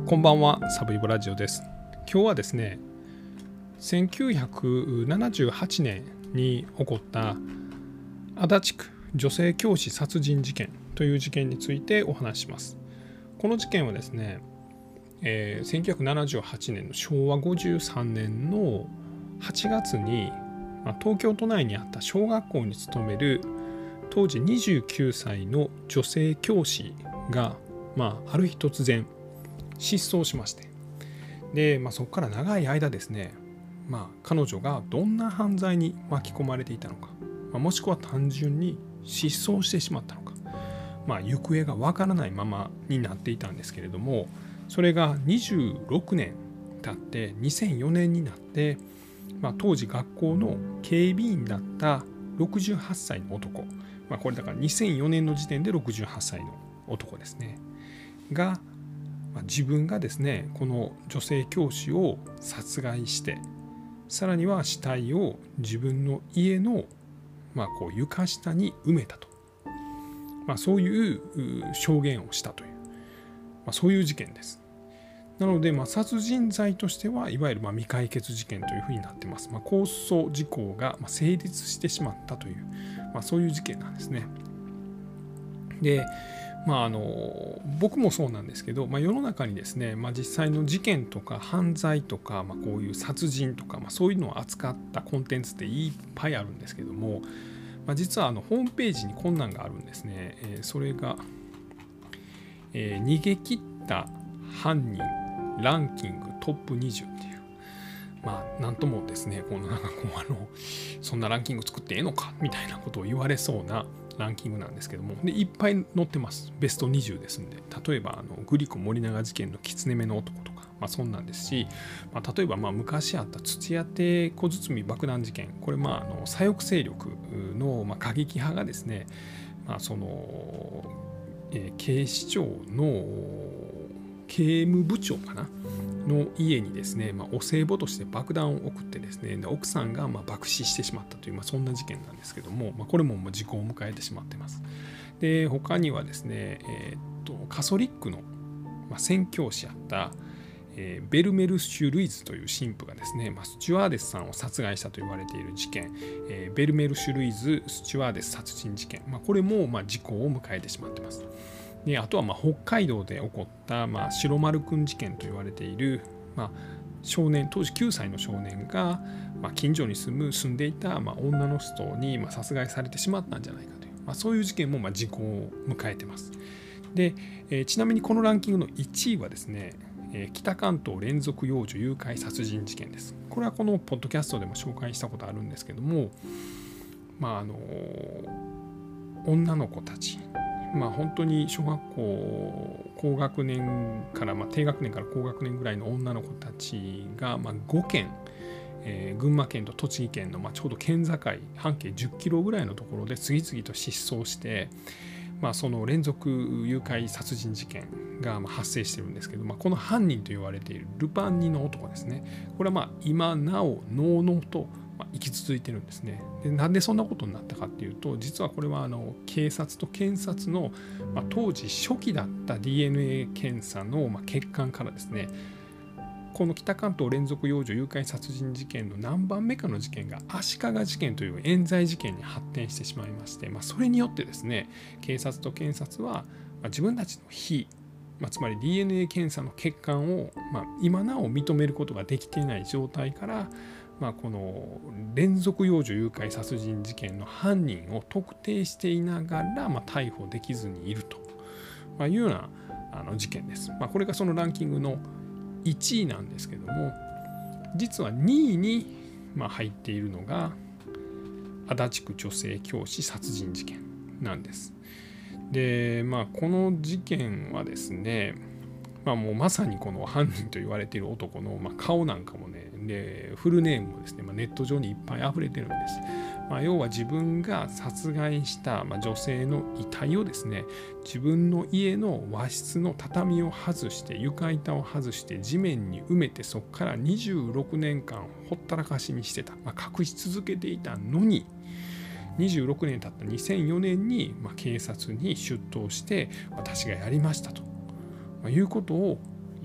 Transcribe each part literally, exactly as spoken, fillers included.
こんばんは、サブイボラジオです。今日はですね、せんきゅうひゃくななじゅうはちねんに起こった足立区女性教師殺人事件という事件についてお話しします。この事件はですね、えー、せんきゅうひゃくななじゅうはちねんのしょうわごじゅうさんねんのはちがつに、まあ、東京都内にあった小学校に勤める当時にじゅうきゅうさいの女性教師が、まあ、ある日突然失踪しまして、で、まあ、そこから長い間ですね、まあ、彼女がどんな犯罪に巻き込まれていたのか、まあ、もしくは単純に失踪してしまったのか、まあ、行方がわからないままになっていたんですけれども、それがにじゅうろくねん経ってにせんよねんになって、まあ、当時学校の警備員だったろくじゅうはっさいの男、まあ、これだからにせんよねんの時点でろくじゅうはっさいの男ですねが、自分がですねこの女性教師を殺害して、さらには死体を自分の家の、まあ、こう床下に埋めたと、まあ、そういう証言をしたという、まあ、そういう事件です。なので、まあ、殺人罪としてはいわゆるまあ未解決事件というふうになっています。まあ、公訴時効が成立してしまったという、まあ、そういう事件なんですね。でまあ、あの僕もそうなんですけど、まあ、世の中にですね、まあ、実際の事件とか犯罪とか、まあ、こういう殺人とか、まあ、そういうのを扱ったコンテンツっていっぱいあるんですけども、まあ、実はあのホームページにこんなんがあるんですね。えー、それが、えー、逃げ切った犯人ランキングトップにじゅうっていう、まあなんともですね、このなんかこうあのそんなランキング作ってええのかみたいなことを言われそうなランキングなんですけども、でいっぱい載ってます。ベストにじゅうですんで、例えばあのグリコ森永事件の狐目の男とか、まあ、そんなんですし、まあ、例えばまあ昔あった土屋邸小包爆弾事件、これまああの左翼勢力のまあ過激派がですね、まあそのえー、警視庁の警務部長かなの家にですね、まあ、お歳暮として爆弾を送ってですね、で奥さんがまあ爆死してしまったという、まあ、そんな事件なんですけども、まあ、これももう時効を迎えてしまっています。で他にはですね、えー、っとカソリックの、まあ、宣教師やった、えー、ベルメルシュ・ルイズという神父がですね、まあ、スチュワーデスさんを殺害したと言われている事件、えー、ベルメルシュ・ルイズ・スチュワーデス殺人事件、まあ、これもまあ時効を迎えてしまっています。であとはまあ北海道で起こったまあ白丸くん事件と言われている、まあ、少年当時きゅうさいの少年がまあ近所に住む住んでいたまあ女の人にまあ殺害されてしまったんじゃないかという、まあ、そういう事件もまあ時効を迎えています。で、えー、ちなみにこのランキングのいちいはですね、えー、北関東連続幼女誘拐殺人事件です。これはこのポッドキャストでも紹介したことあるんですけども、まああのー、女の子たち、まあ、本当に小学校高学年から、まあ、低学年から高学年ぐらいの女の子たちが、まあ、ごけん、えー、群馬県と栃木県の、まあ、ちょうど県境半径じゅっキロぐらいのところで次々と失踪して、まあ、その連続誘拐殺人事件がまあ発生しているんですけど、まあ、この犯人と言われているルパンニの男ですね、これはまあ今なおのうのうと生き続いてるんですね。でなんでそんなことになったかっていうと、実はこれはあの警察と検察の、まあ、当時初期だった ディーエヌエー 検査の、まあ、欠陥からですね、この北関東連続幼女誘拐殺人事件の何番目かの事件が足利事件という冤罪事件に発展してしまいまして、まあ、それによってですね警察と検察は、まあ、自分たちの非まあ、つまり ディーエヌエー 検査の欠陥を、まあ、今なお認めることができていない状態から、まあ、この連続幼女誘拐殺人事件の犯人を特定していながら、まあ、逮捕できずにいるというようなあの事件です。まあ、これがそのランキングのいちいなんですけども、実はにいにまあ入っているのが足立区女性教師殺人事件なんです。でまあこの事件はですね、まあ、もうまさにこの犯人と言われている男の、まあ、顔なんかもね、でフルネームもですね、まあ、ネット上にいっぱい溢れてるんです。まあ、要は自分が殺害した、まあ、女性の遺体をですね、自分の家の和室の畳を外して床板を外して地面に埋めて、そこからにじゅうろくねんかんほったらかしにしてた、まあ、隠し続けていたのに、にじゅうろくねん経ったにせんよねんに、まあ、警察に出頭して私がやりましたと、まあ、いうことを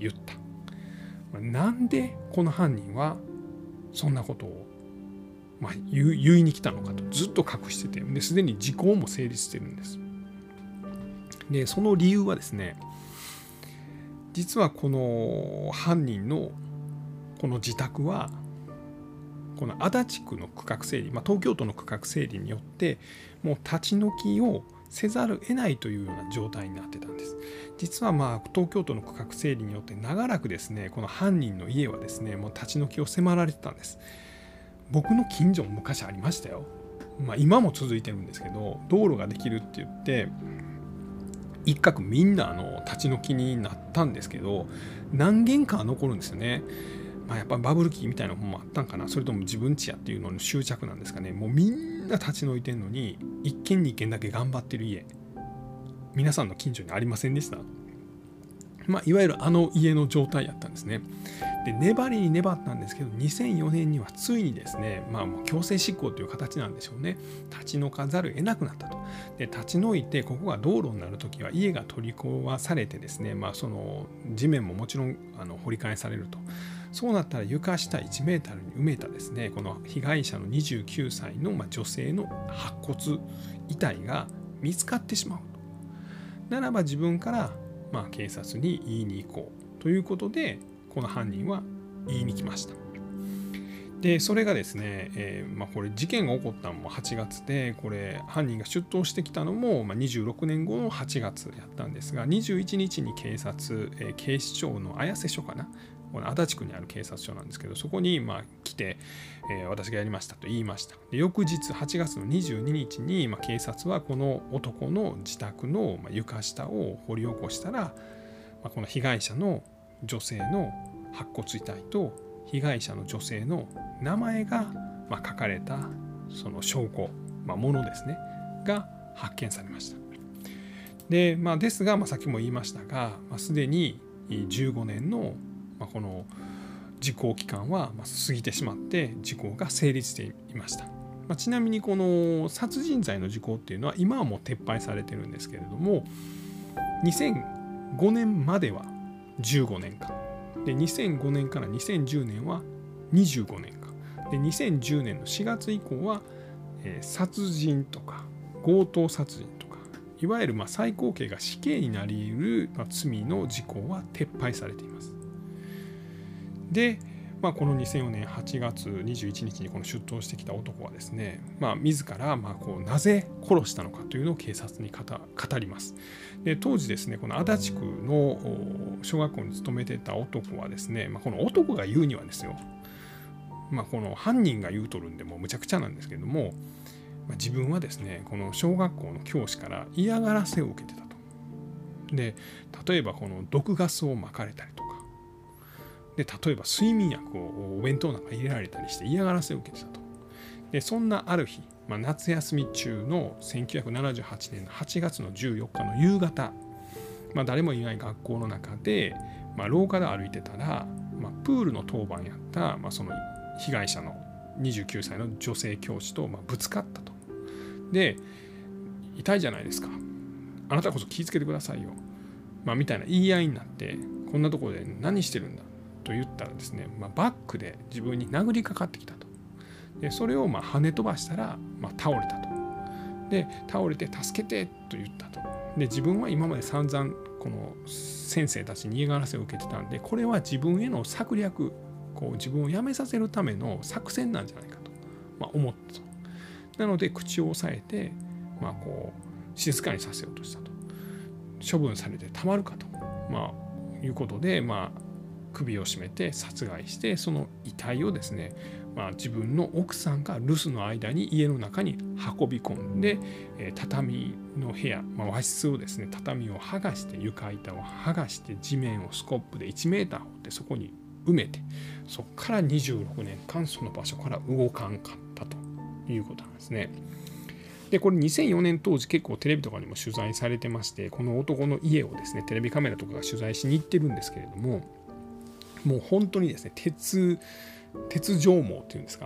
言った。まあ、なんでこの犯人はそんなことを、まあ、言う、言いに来たのかとずっと隠してて、ですでに時効も成立してるんです。でその理由はですね、実はこの犯人のこの自宅はこの足立区の区画整理、まあ、東京都の区画整理によってもう立ち退きをせざるを得ないというような状態になってたんです。実はまあ東京都の区画整理によって長らくですね、この犯人の家はですね、もう立ち退きを迫られてたんです。僕の近所も昔ありましたよ。まあ、今も続いてるんですけど、道路ができるって言って一角みんなあの立ち退きになったんですけど、何軒かは残るんですよね。まあ、やっぱバブル期みたいな本もあったんかな、それとも自分家やっていうのの執着なんですかね。もうみんな立ち退いてんのにいっけんにけんだけ頑張ってる家、皆さんの近所にありませんでした？まあ、いわゆるあの家の状態やったんですね。で粘りに粘ったんですけど、にせんよねんにはついにですね、まあ、もう強制執行という形なんでしょうね、立ち退かざるを得なくなったと。で立ち退いてここが道路になるときは家が取り壊されてですね、まあ、その地面ももちろんあの掘り返されると。そうなったら床下いちメートルに埋めたですね、この被害者のにじゅうきゅうさいの女性の白骨遺体が見つかってしまうと。ならば自分からまあ警察に言いに行こうということで、この犯人は言いに来ました。でそれがですね、えーまあ、これ事件が起こったのもはちがつで、これ犯人が出頭してきたのもにじゅうろくねんごのはちがつやったんですが、にじゅういちにちに警察、えー、警視庁の綾瀬署かな、この足立区にある警察署なんですけど、そこにまあ来て、えー、私がやりましたと言いました。で翌日はちがつのにじゅうににちに、まあ、警察はこの男の自宅の床下を掘り起こしたら、まあ、この被害者の女性の白骨遺体と被害者の女性の名前がまあ書かれたその証拠、まあ、ものですねが発見されました。で、まあ、ですが、まあ、さっきも言いましたが、まあ、すでにじゅうごねんのまあこの時効期間は過ぎてしまって時効が成立していました。まあ、ちなみにこの殺人罪の時効っていうのは今はもう撤廃されてるんですけれども、にせんごねんまではじゅうごねんかんで、にせんごねんからにせんじゅうねんはにじゅうごねんかんで、にせんじゅうねんのしがつ以降は、えー、殺人とか強盗殺人とか、いわゆるまあ最高刑が死刑になり得る罪の時効は撤廃されています。で、まあ、このにせんよねんはちがつにじゅういちにちにこの出頭してきた男はですね、まあ、自らまあこうなぜ殺したのかというのを警察に語ります。で当時ですね、この足立区の小学校に勤めてた男はですね、まあ、この男が言うにはですよ、まあ、この犯人が言うとるんでもうむちゃくちゃなんですけども、まあ、自分はですねこの小学校の教師から嫌がらせを受けてたと。で例えばこの毒ガスをまかれたりとかで、例えば睡眠薬をお弁当なんか入れられたりして嫌がらせを受けてたと。でそんなある日、まあ、夏休み中のせんきゅうひゃくななじゅうはちねんのはちがつのじゅうよっかの夕方、まあ、誰もいない学校の中で、まあ、廊下で歩いてたら、まあ、プールの当番やった、まあ、その被害者のにじゅうきゅうさいの女性教師とまあぶつかったと。で痛いじゃないですか、あなたこそ気をつけてくださいよ、まあ、みたいな言い合いになって、こんなところで何してるんだと言ったらですね、まあ、バックで自分に殴りかかってきたと。でそれをまあ跳ね飛ばしたら、まあ、倒れたと。で倒れて助けてと言ったと。で自分は今まで散々この先生たちに嫌がらせを受けてたんで、これは自分への策略、こう自分を辞めさせるための作戦なんじゃないかと、まあ、思ったと。なので口を押さえて、まあ、こう静かにさせようとしたと。処分されてたまるかと、まあ、いうことで、まあ首を絞めて殺害して、その遺体をですね、まあ、自分の奥さんが留守の間に家の中に運び込んで、えー、畳の部屋、まあ、和室をですね、畳を剥がして床板を剥がして地面をスコップでいちメーター掘ってそこに埋めて、そこからにじゅうろくねんかんその場所から動かんかったということなんですね。でこれにせんよねん当時結構テレビとかにも取材されてまして、この男の家をですねテレビカメラとかが取材しに行ってるんですけれども、もう本当にですね鉄鉄条網っていうんですか、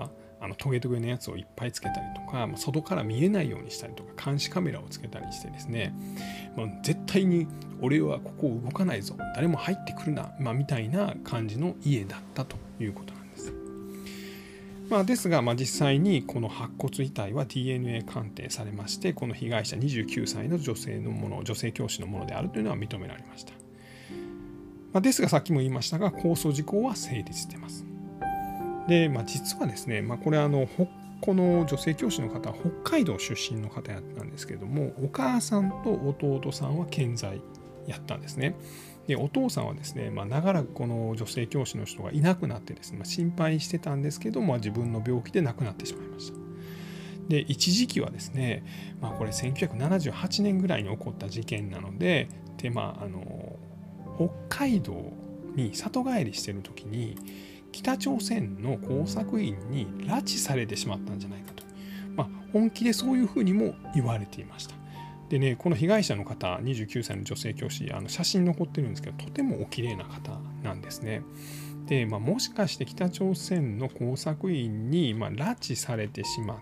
あのトゲトゲのやつをいっぱいつけたりとか、まあ、外から見えないようにしたりとか監視カメラをつけたりしてですね、まあ、絶対に俺はここを動かないぞ、誰も入ってくるな、まあ、みたいな感じの家だったということなんです。まあ、ですが、まあ、実際にこの白骨遺体は ディーエヌエー 鑑定されまして、この被害者にじゅうきゅうさいの女性のもの、女性教師のものであるというのは認められました。まあ、ですが、さっきも言いましたが、公訴時効は成立しています。で、まあ、実はですね、まあ、これあのこの女性教師の方は北海道出身の方やったんですけども、お母さんと弟さんは健在やったんですね。で、お父さんはですね、まあ、長らくこの女性教師の人がいなくなってですね、まあ、心配してたんですけども、まあ、自分の病気で亡くなってしまいました。で、一時期はですね、まあ、これせんきゅうひゃくななじゅうはちねんぐらいに起こった事件なので、で、まあ、あの北海道に里帰りしてる時に北朝鮮の工作員に拉致されてしまったんじゃないかと、まあ、本気でそういうふうにも言われていました。でね、この被害者の方、にじゅうきゅうさいの女性教師、あの写真残ってるんですけど、とてもお綺麗な方なんですね。で、まあ、もしかして北朝鮮の工作員に、まあ、拉致されてしまって、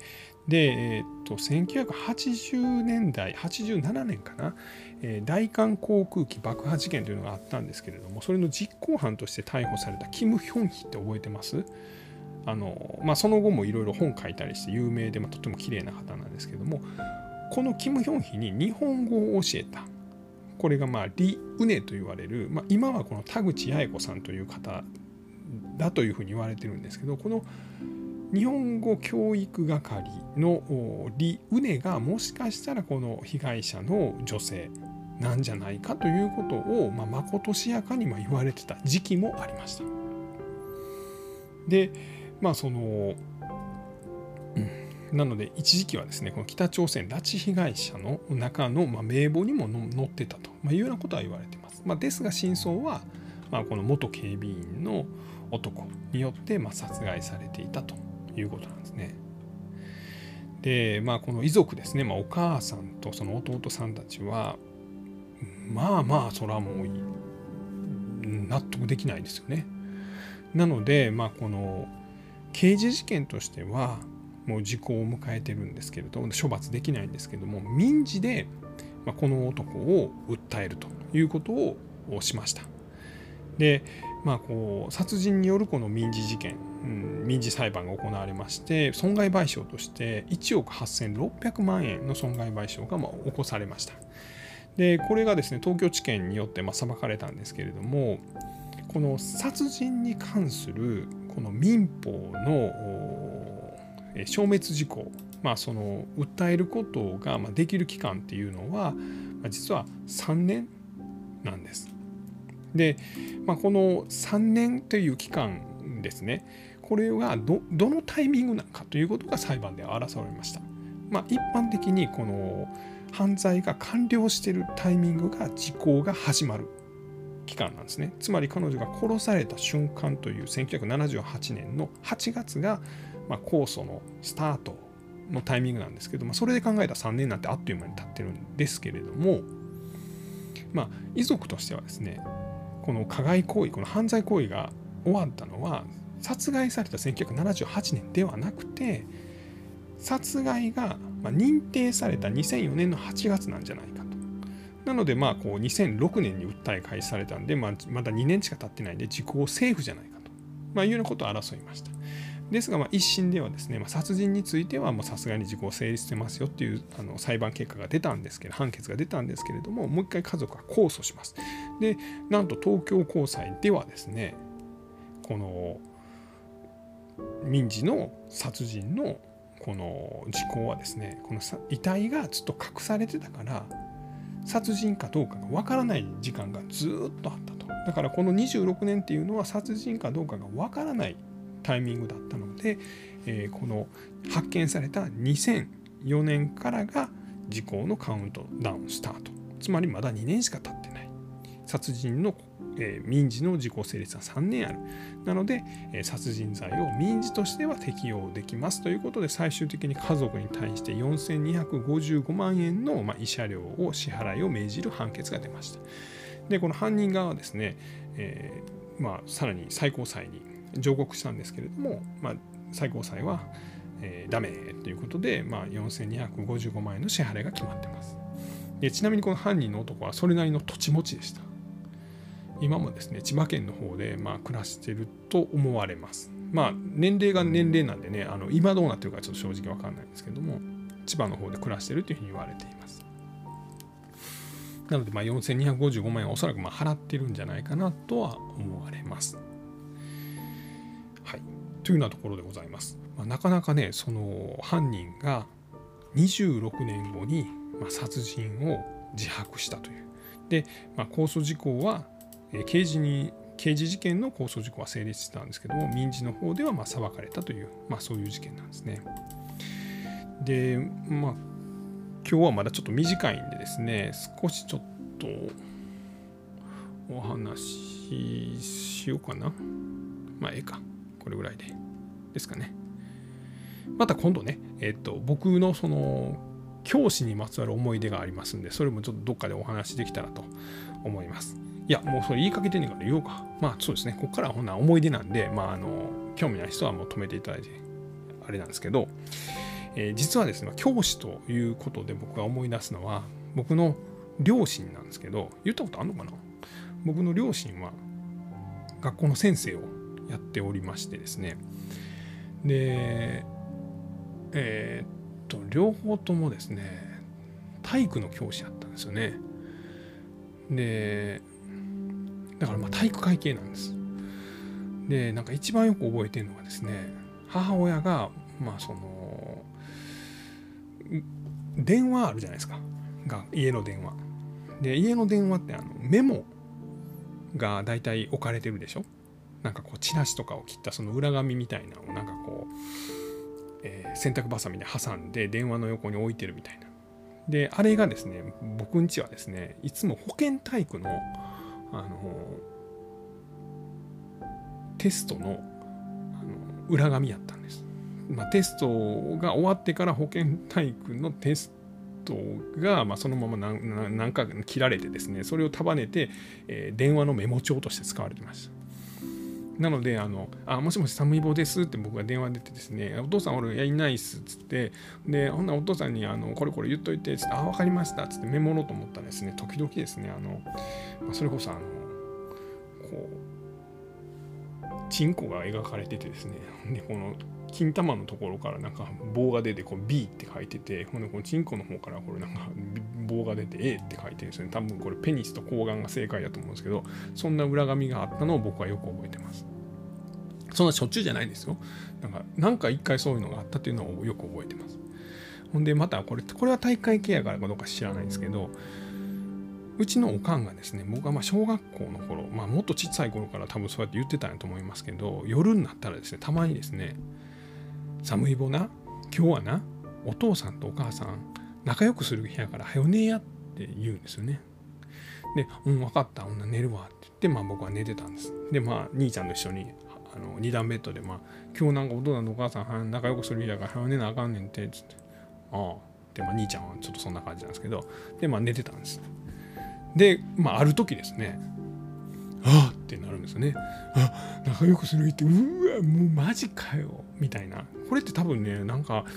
で、えー、とせんきゅうひゃくはちじゅうねんだい、はちじゅうななねんかな、えー、大韓航空機爆破事件というのがあったんですけれども、それの実行犯として逮捕されたキム・ヒョンヒって覚えてます？あの、まあ、その後もいろいろ本書いたりして有名で、まあ、とても綺麗な方なんですけども、このキム・ヒョンヒに日本語を教えた、これがまあリ・ウネと言われる、まあ、今はこの田口八重子さんという方だというふうに言われてるんですけど、この日本語教育係のリ・ウネがもしかしたらこの被害者の女性なんじゃないかということを、まあ、まことしやかに言われてた時期もありました。で、まあその、うんなので一時期はですね、この北朝鮮拉致被害者の中の名簿にも載ってたというようなことは言われています。まあ、ですが真相は、まあ、この元警備員の男によってまあ殺害されていたということなんですね。で、まあ、この遺族ですね、まあ、お母さんとその弟さんたちは、まあまあそれはもう納得できないですよね。なので、まあ、この刑事事件としてはもう時効を迎えてるんですけれど、処罰できないんですけれども、民事でこの男を訴えるということをしました。で、まあ、こう殺人によるこの民事事件、うん、民事裁判が行われまして、損害賠償としていちおくはっせんろっぴゃくまんえんの損害賠償がまあ起こされました。で、これがですね、東京地検によってまあ裁かれたんですけれども、この殺人に関するこの民法の消滅事項、まあ、その訴えることができる期間っていうのは実はさんねんなんです。で、まあ、このさんねんという期間ですね、これが ど, どのタイミングなのかということが裁判で争われました。まあ、一般的にこの犯罪が完了しているタイミングが時効が始まる期間なんですね。つまり彼女が殺された瞬間というせんきゅうひゃくななじゅうはちねんのはちがつがまあ控訴のスタートのタイミングなんですけど、まあ、それで考えたらさんねんなんてあっという間に経ってるんですけれども、まあ、遺族としてはですね、この加害行為、この犯罪行為が終わったのは殺害されたせんきゅうひゃくななじゅうはちねんではなくて、殺害が認定されたにせんよねんのはちがつなんじゃないかと。なので、まあこうにせんろくねんに訴え開始されたんで、まあ、まだにねんしか経ってないんで時効セーフじゃないかと、まあ、いうようなことを争いました。ですが、まあ一審ではですね、まあ、殺人についてはもうさすがに時効成立してますよっていうあの裁判結果が出たんですけど、判決が出たんですけれども、もう一回家族は控訴します。で、なんと東京高裁ではですね、この民事の殺人のこの時効はですね、この遺体がずっと隠されてたから殺人かどうかがわからない時間がずっとあったと。だからこのにじゅうろくねんっていうのは殺人かどうかがわからないタイミングだったので、えー、この発見されたにせんよねんからが時効のカウントダウンスタート。つまりまだにねんしか経ってない。殺人の、えー、民事の時効成立はさんねんある。なので、えー、殺人罪を民事としては適用できますということで、最終的に家族に対してよんせんにひゃくごじゅうごまんえんの、まあ、慰謝料を支払いを命じる判決が出ました。で、この犯人側はですね、えーまあ、さらに最高裁に上告したんですけれども、まあ、 最高裁は、えー、ダメということで、まあ、よんせんにひゃくごじゅうごまんえんの支払いが決まってます。でちなみにこの犯人の男はそれなりの土地持ちでした。今もですね千葉県の方でまあ暮らしていると思われます。まあ年齢が年齢なんでね、あの今どうなってるかちょっと正直わかんないんですけども、千葉の方で暮らしているというふうに言われています。なのでまあよんせんにひゃくごじゅうごまんえんはおそらくまあ払ってるんじゃないかなとは思われます。はい、というようなところでございます。まあ、なかなかねその犯人がにじゅうろくねんごにまあ殺人を自白したという。で、まあ、公訴時効は刑事に刑事事件の公訴時効は成立したんですけども、民事の方ではまあ裁かれたという、まあ、そういう事件なんですね。で、まあ今日はまだちょっと短いんでですね、少しちょっとお話ししようかな。まあええか、これぐらいでですかね。また今度ね、えっと僕のその教師にまつわる思い出がありますんで、それもちょっとどっかでお話できたらと思います。いや、もうそれ言いかけてんねんから言おうか。まあそうですね、ここからはほんな思い出なんで、まああの興味ない人はもう止めていただいてあれなんですけど、えー、実はですね、教師ということで僕が思い出すのは僕の両親なんですけど、言ったことあるのかな。僕の両親は学校の先生をやっておりましてですね、でえー、っと両方ともですね体育の教師だったんですよね。でだからまあ体育会系なんです。でなんか一番よく覚えてるのがですね、母親がまあその電話あるじゃないですか、が家の電話で、家の電話ってあのメモがだいたい置かれてるでしょ。なんかこうチラシとかを切ったその裏紙みたいなのをなんかこう、えー、洗濯バサミで挟んで電話の横に置いてるみたいな。であれがですね、僕ん家はですねいつも保健体育のあのテストの、あの裏紙やったんです。まあ、テストが終わってから保健体育のテストが、まあ、そのまま何、何か切られてですね、それを束ねて、えー、電話のメモ帳として使われてました。なので、あの、あ、もしもし寒い棒ですって僕が電話出てですね、お父さん俺いないっすっつって、で、ほんならお父さんにあのこれこれ言っといてっつって、あ、わかりましたっつってメモろうと思ったらですね、時々ですね、あの、まあ、それこそあの、こう、チンコが描かれててですね、で、この金玉のところからなんか棒が出てこう ビー って書いてて、ほんでこのチンコの方からこれなんか棒が出て エー って書いてるんですね。多分これペニスと睾丸が正解だと思うんですけど、そんな裏紙があったのを僕はよく覚えてます。そんなしょっちゅうじゃないんですよ。なんか何か一回そういうのがあったっていうのをよく覚えてます。ほんでまたこれこれは大会系やからかどうか知らないんですけど、うちのおかんがですね、僕はまあ小学校の頃、まあもっとちっちゃい頃から多分そうやって言ってたんやと思いますけど、夜になったらですね、たまにですね、寒いぼな、今日はな、お父さんとお母さん仲良くする部屋からはよ寝やって言うんですよね。で、うん、分かった、女寝るわって言って、まあ僕は寝てたんです。で、まあ兄ちゃんと一緒にあのに段ベッドで、まあ今日なんかお父さんとお母さん仲良くする部屋からはよ寝なあかんねんってつって、ああ。で、まあ兄ちゃんはちょっとそんな感じなんですけど、で、まあ寝てたんです。で、まあある時ですね、あってなるんですよね。あ、仲良くするって、うわ、もうマジかよみたいな。これって多分ね、なんか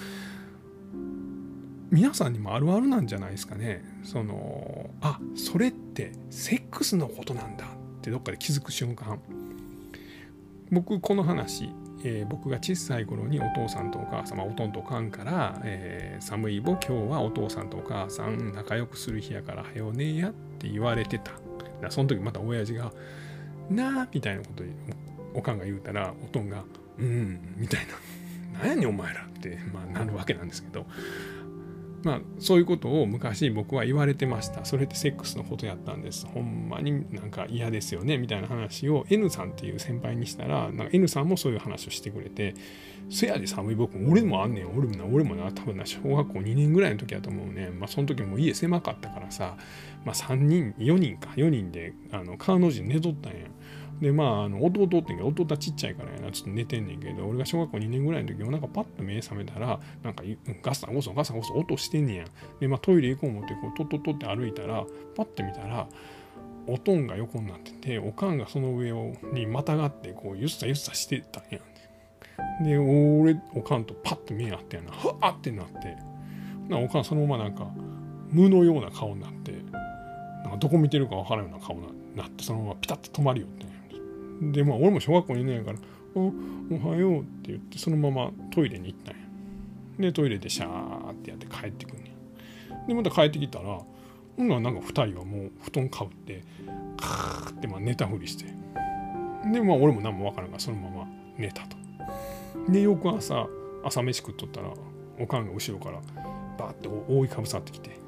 皆さんにもあるあるなんじゃないですかね。その、あ、それってセックスのことなんだってどっかで気づく瞬間。僕この話、えー、僕が小さい頃にお父さんとお母様、おとんとおかんから、えー、寒いぼ今日はお父さんとお母さん仲良くする日やからはよねやって言われてた。その時また親父がなあみたいなことおかんが言うたら、おとんがうんみたいな、なんやねんお前らって、まあ、なるわけなんですけど、まあそういうことを昔僕は言われてました。それってセックスのことやったんです。ほんまになんか嫌ですよねみたいな話を N さんっていう先輩にしたら、なんか N さんもそういう話をしてくれて、せやで寒い僕俺もあんねん、俺もな俺もな多分な小学校にねんぐらいの時だと思うね。まあその時も家狭かったからさ、まあさんにんよにんかよにんであの川の字寝とったんや。でまあ、あの弟ってんけど、弟はちっちゃいからやな、ちょっと寝てんねんけど、俺が小学校にねんぐらいの時もなんかパッと目覚めたら、なんかガサゴソガサゴソ音してんねや。で、まあトイレ行こう思って、こうトットットって歩いたら、パッて見たら、おとんが横になってて、おかんがその上をにまたがって、こうゆっさゆっさしてたんや。 で俺おかんとパッと目合ってやな、はっってなって、なおかんそのままなんか無のような顔になって、なんかどこ見てるか分からんような顔になって、そのままピタッと止まるよって。でまあ俺も小学校にねんやから「おおはよう」って言ってそのままトイレに行ったんや。でトイレでシャーってやって帰ってくんねん。でまた帰ってきたらほんならなんかふたりはもう布団かぶってカーってまあ寝たふりして、でまあ俺も何も分からんからそのまま寝たと。で翌朝朝飯食っとったらおかんが後ろからバーって覆いかぶさってきて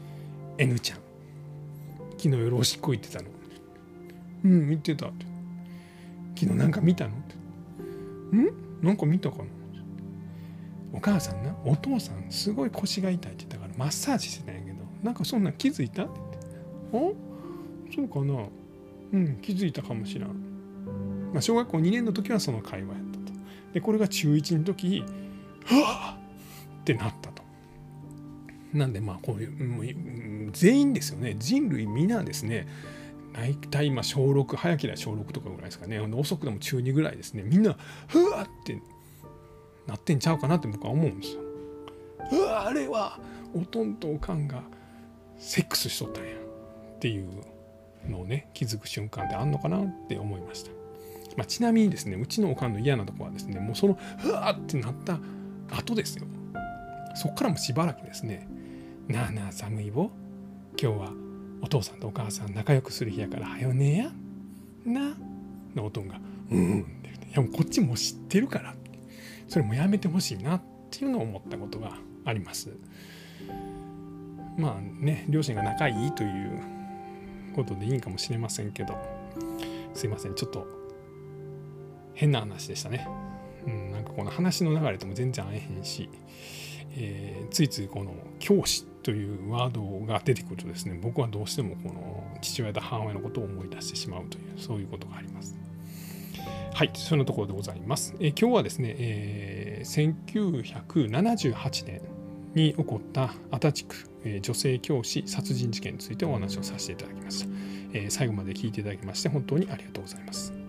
「N ちゃん昨日夜おしっこ行ってたの?」うん行ってた」って。昨日なんか見たの?」って「んなんか見たかな?」お母さんな、お父さんすごい腰が痛いって言ったからマッサージしてたんやけど、なんかそんなん気づいた?」って言って「あそうかな、うん気づいたかもしらん」まあ、小学校にねんの時はその会話やったと。でこれがちゅういちの時「はあ!」ってなったと。なんでまあこういうもう全員ですよね、人類皆ですね、大体今小ろく、早ければ小ろくとかぐらいですかね、遅くても中にぐらいですね、みんなふわってなってんちゃうかなって僕は思うんですよ。うわあれはおとんとおかんがセックスしとったんやっていうのをね気づく瞬間ってあんのかなって思いました。まあ、ちなみにですね、うちのおかんの嫌なとこはですね、もうそのふわってなった後ですよ。そっからもしばらくですね、なあなあ寒いぼ、今日はお父さんとお母さん仲良くする日やからはよねやなのおとんがうんって言って、いやもうこっちも知ってるからそれもやめてほしいなっていうのを思ったことがあります。まあね、両親が仲いいということでいいんかもしれませんけど、すいませんちょっと変な話でしたね。うん、なんかこの話の流れとも全然合えへんし、えー、ついついこの教師というワードが出てくるとですね、僕はどうしてもこの父親と母親のことを思い出してしまうというそういうことがあります。はい、そんなところでございます。えー、今日はですね、えー、せんきゅうひゃくななじゅうはちねんに起こった足立区、えー、女性教師殺人事件についてお話をさせていただきました。えー、最後まで聞いていただきまして本当にありがとうございます。